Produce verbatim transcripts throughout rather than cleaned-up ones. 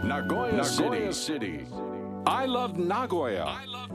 Nagoya City. I love Nagoya.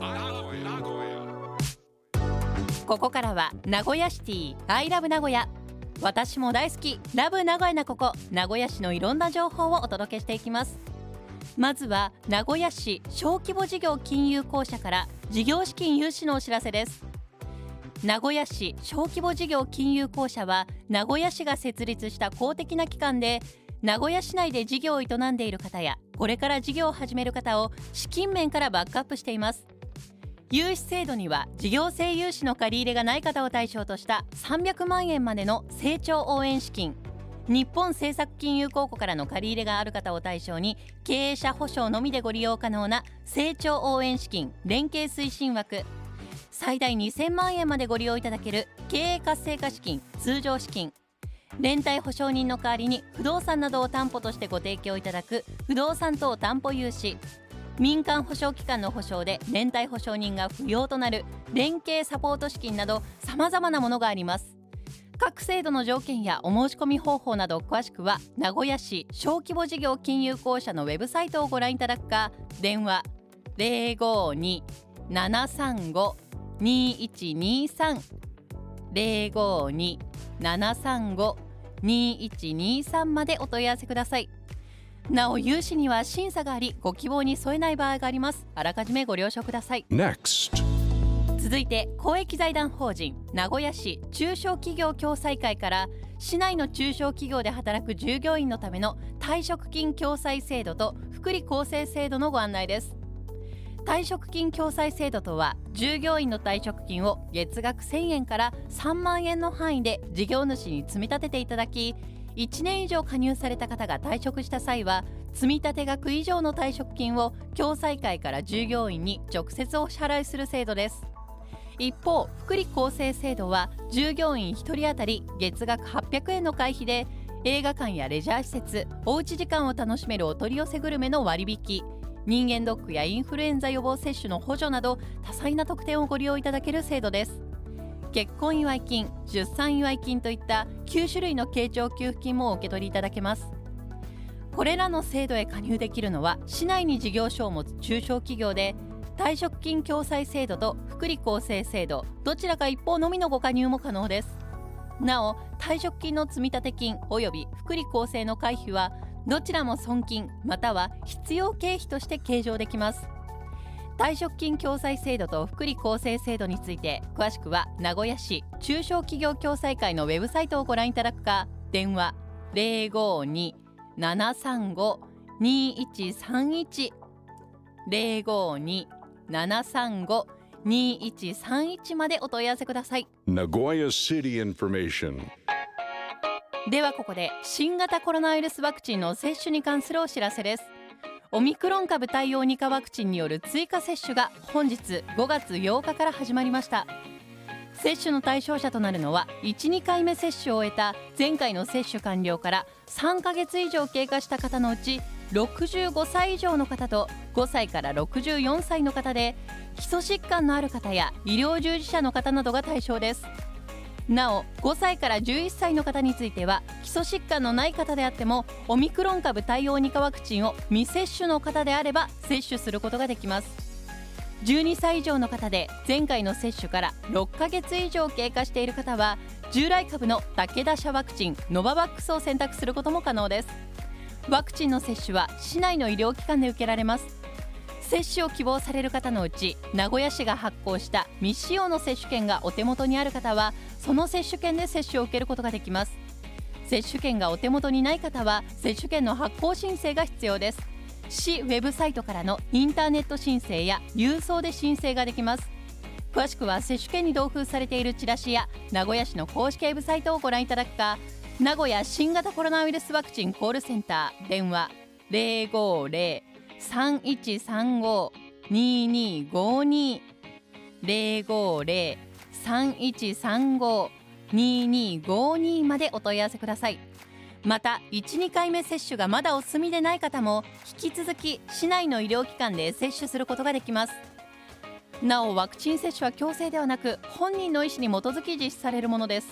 ここからは名古屋シティ I love 名古屋。私も大好きラブ名古屋なここ名古屋市のいろんな情報をお届けしていきます。まずは名古屋市小規模事業金融公社から事業資金融資のお知らせです。名古屋市小規模事業金融公社は名古屋市が設立した公的な機関で、名古屋市内で事業を営んでいる方やこれから事業を始める方を資金面からバックアップしています。融資制度には事業性融資の借り入れがない方を対象としたさんびゃくまんえんまでの成長応援資金、日本政策金融公庫からの借り入れがある方を対象に経営者保証のみでご利用可能な成長応援資金連携推進枠、最大にせんまんえんまでご利用いただける経営活性化資金通常資金、連帯保証人の代わりに不動産などを担保としてご提供いただく不動産等担保融資、民間保証機関の保証で連帯保証人が不要となる連携サポート資金など様々なものがあります。各制度の条件やお申し込み方法など詳しくは名古屋市小規模事業金融公社のウェブサイトをご覧いただくか、電話 ゼロごに ななさんご にいちにさん ゼロごに ななさんご にいちにさんまでお問い合わせください。なお融資には審査がありご希望に添えない場合があります。あらかじめご了承ください。 Next. 続いて公益財団法人名古屋市中小企業共済会から市内の中小企業で働く従業員のための退職金共済制度と福利厚生制度のご案内です。退職金共済制度とは従業員の退職金を月額せんえんからさんまんえんの範囲で事業主に積み立てていただき、いちねん以上加入された方が退職した際は積立額以上の退職金を共済会から従業員に直接お支払いする制度です。一方福利厚生制度は従業員ひとり当たり月額はっぴゃくえんの会費で映画館やレジャー施設、おうち時間を楽しめるお取り寄せグルメの割引、人間ドックやインフルエンザ予防接種の補助など多彩な特典をご利用いただける制度です。結婚祝い金、出産祝い金といったきゅうしゅるいの経徴給付金もお受け取りいただけます。これらの制度へ加入できるのは市内に事業所を持つ中小企業で、退職金共済制度と福利厚生制度どちらか一方のみのご加入も可能です。なお退職金の積立金および福利厚生の会費はどちらも損金または必要経費として計上できます。退職金共済制度と福利厚生制度について詳しくは名古屋市中小企業共済会のウェブサイトをご覧いただくか、電話 ゼロごに ななさんご にいちさんいち ゼロごに ななさんご にいちさんいちまでお問い合わせください。 Nagoya City information. ではここで新型コロナウイルスワクチンの接種に関するお知らせです。オミクロン株対応に価ワクチンによる追加接種が本日ごがつようかから始まりました。接種の対象者となるのはいち、にかいめ接種を終えた前回の接種完了からさんかげつ以上経過した方のうちろくじゅうごさい以上の方とごさいからろくじゅうよんさいの方で、基礎疾患のある方や医療従事者の方などが対象です。なおごさいからじゅういっさいの方については基礎疾患のない方であってもオミクロン株対応に価ワクチンを未接種の方であれば接種することができます。じゅうにさい以上の方で前回の接種からろっかげつ以上経過している方は従来株の武田社ワクチンノババックスを選択することも可能です。ワクチンの接種は市内の医療機関で受けられます。接種を希望される方のうち名古屋市が発行した未使用の接種券がお手元にある方はその接種券で接種を受けることができます。接種券がお手元にない方は接種券の発行申請が必要です。市ウェブサイトからのインターネット申請や郵送で申請ができます。詳しくは接種券に同封されているチラシや名古屋市の公式ウェブサイトをご覧いただくか、名古屋新型コロナウイルスワクチンコールセンター電話 ゼロごゼロ さんいちさんご ににごに ゼロごゼロ さんいちさんご ににごにまでお問い合わせください。またいち、にかいめ接種がまだお済みでない方も引き続き市内の医療機関で接種することができます。なおワクチン接種は強制ではなく本人の意思に基づき実施されるものです。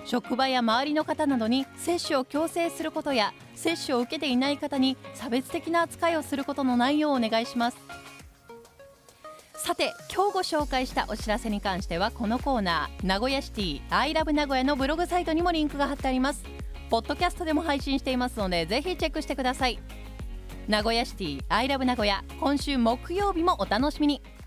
職場や周りの方などに接種を強制することや、接種を受けていない方に差別的な扱いをすることのないようお願いします。さて、今日ご紹介したお知らせに関してはこのコーナー、名古屋シティ アイラブ 名古屋のブログサイトにもリンクが貼ってあります。ポッドキャストでも配信していますので、ぜひチェックしてください。名古屋シティ アイラブ 名古屋、今週木曜日もお楽しみに。